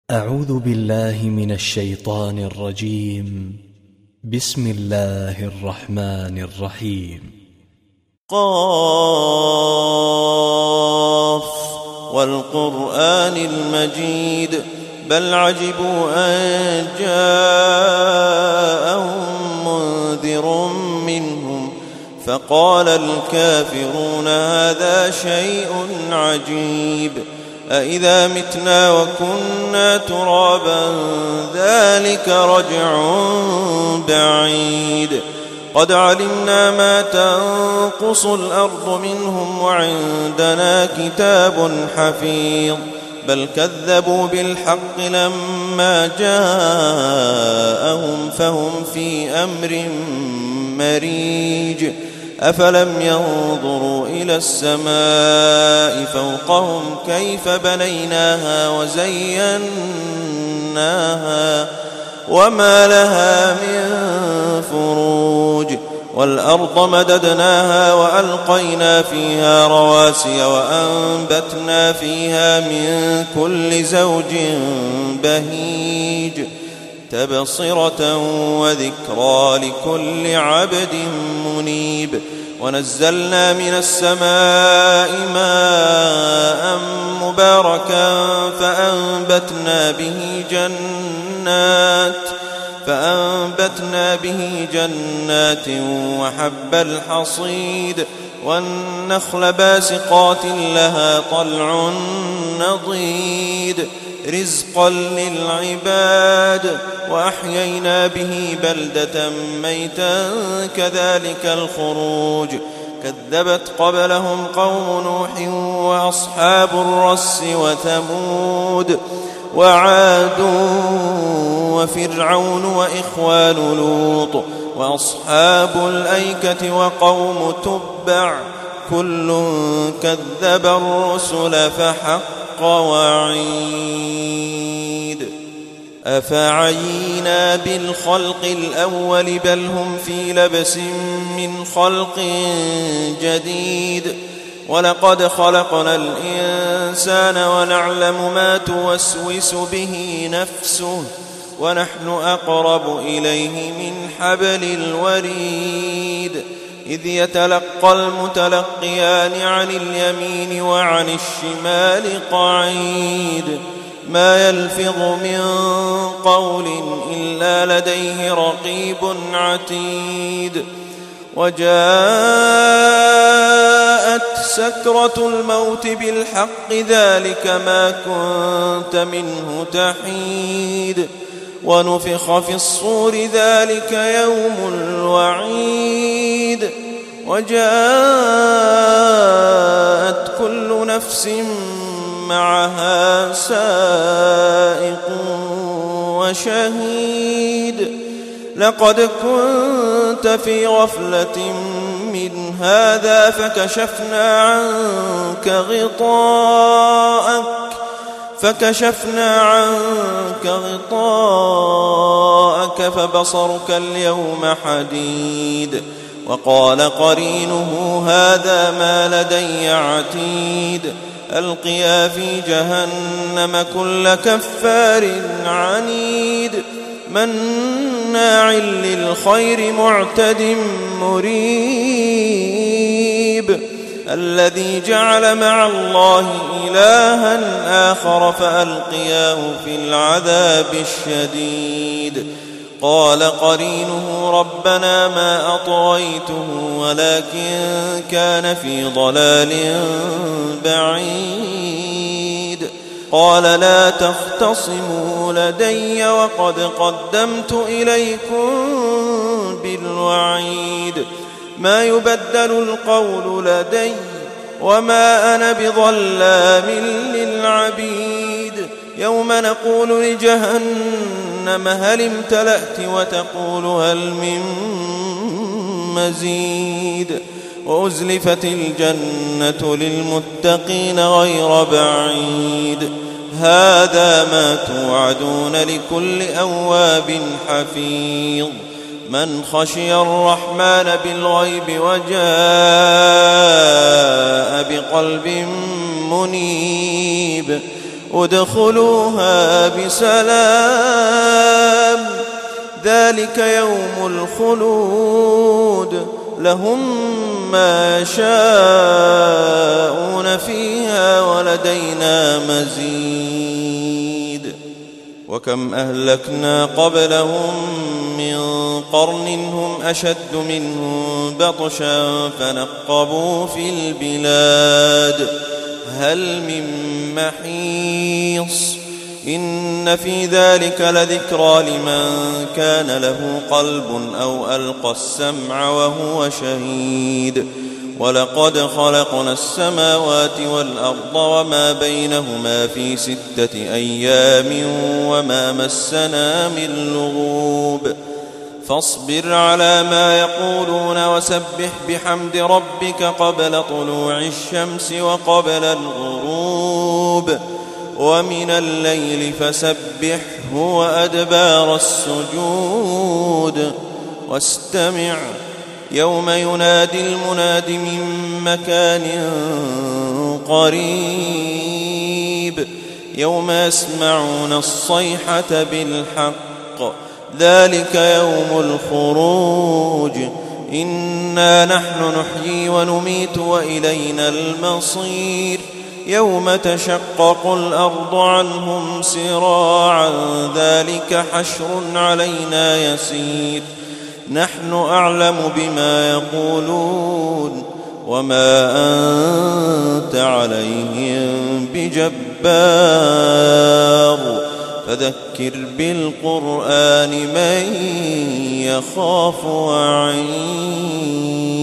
أعوذ بالله من الشيطان الرجيم. بسم الله الرحمن الرحيم. قاف والقرآن المجيد بل عجبوا أن جاءهم منذر منهم فقال الكافرون هذا شيء عجيب أإذا متنا وكنا ترابا ذلك رجع بعيد قد علمنا ما تنقص الأرض منهم وعندنا كتاب حفيظ بل كذبوا بالحق لما جاءهم فهم في أمر مريج أفلم ينظروا إلى السماء فوقهم كيف بنيناها وزيناها وما لها من فروج والأرض مددناها وألقينا فيها رواسي وأنبتنا فيها من كل زوج بهيج تبصرة وذكرى لكل عبد منيب ونزلنا من السماء ماء مباركا فأنبتنا به جنات وحب الحصيد والنخل باسقات لها طلع نضيد رزقا للعباد وأحيينا به بلدة ميتا كذلك الخروج كذبت قبلهم قوم نوح وأصحاب الرس وثمود وعاد وفرعون وإخوان لوط وأصحاب الأيكة وقوم تبع كل كذب الرسل فحق وعيد أفعينا بالخلق الأول بل هم في لبس من خلق جديد ولقد خلقنا الإنسان ونعلم ما توسوس به نفسه ونحن أقرب إليه من حبل الوريد إذ يتلقى المتلقيان عن اليمين وعن الشمال قعيد ما يلفظ من قول إلا لديه رقيب عتيد وجاءت سكرة الموت بالحق ذلك ما كنت منه تحيد ونفخ في الصور ذلك يوم الوعيد وجاءت كل نفس معها سائق وشهيد لقد كنت في غفلة من هذا فكشفنا عنك غطاءك فبصرك اليوم حديد وقال قرينه هذا ما لدي عتيد ألقيا في جهنم كل كفار عنيد مناع للخير معتد مريب الذي جعل مع الله إلها آخر فألقياه في العذاب الشديد قال قرينه ربنا ما أطغيته ولكن كان في ضلال بعيد قال لا تختصموا لدي وقد قدمت إليكم بالوعيد ما يبدل القول لدي وما أنا بظلام للعبيد يوم نقول لجهنم هل امتلأت وتقول هل من مزيد وأزلفت الجنة للمتقين غير بعيد هذا ما توعدون لكل أواب حفيظ من خشي الرحمن بالغيب وجاء بقلب منيب ادخلوها بسلام ذلك يوم الخلود لهم ما يشاءون فيها ولدينا مزيد وكم أهلكنا قبلهم من قرن هم أشد منهم بطشا فنقبوا في البلاد هل من محيص إن في ذلك لذكرى لمن كان له قلب أو ألقى السمع وهو شهيد ولقد خلقنا السماوات والأرض وما بينهما في 6 أيام وما مسنا من لغوب فاصبر على ما يقولون وسبح بحمد ربك قبل طلوع الشمس وقبل الغروب ومن الليل فسبحه وأدبار السجود واستمع يوم ينادي المناد من مكان قريب يوم يسمعون الصيحة بالحق ذلك يوم الخروج إنا نحن نحيي ونميت وإلينا المصير يوم تشقق الأرض عنهم سراعا ذلك حشر علينا يسير نحن أعلم بما يقولون وما أنت عليهم بجبار فذكر بالقرآن من يخاف وعيد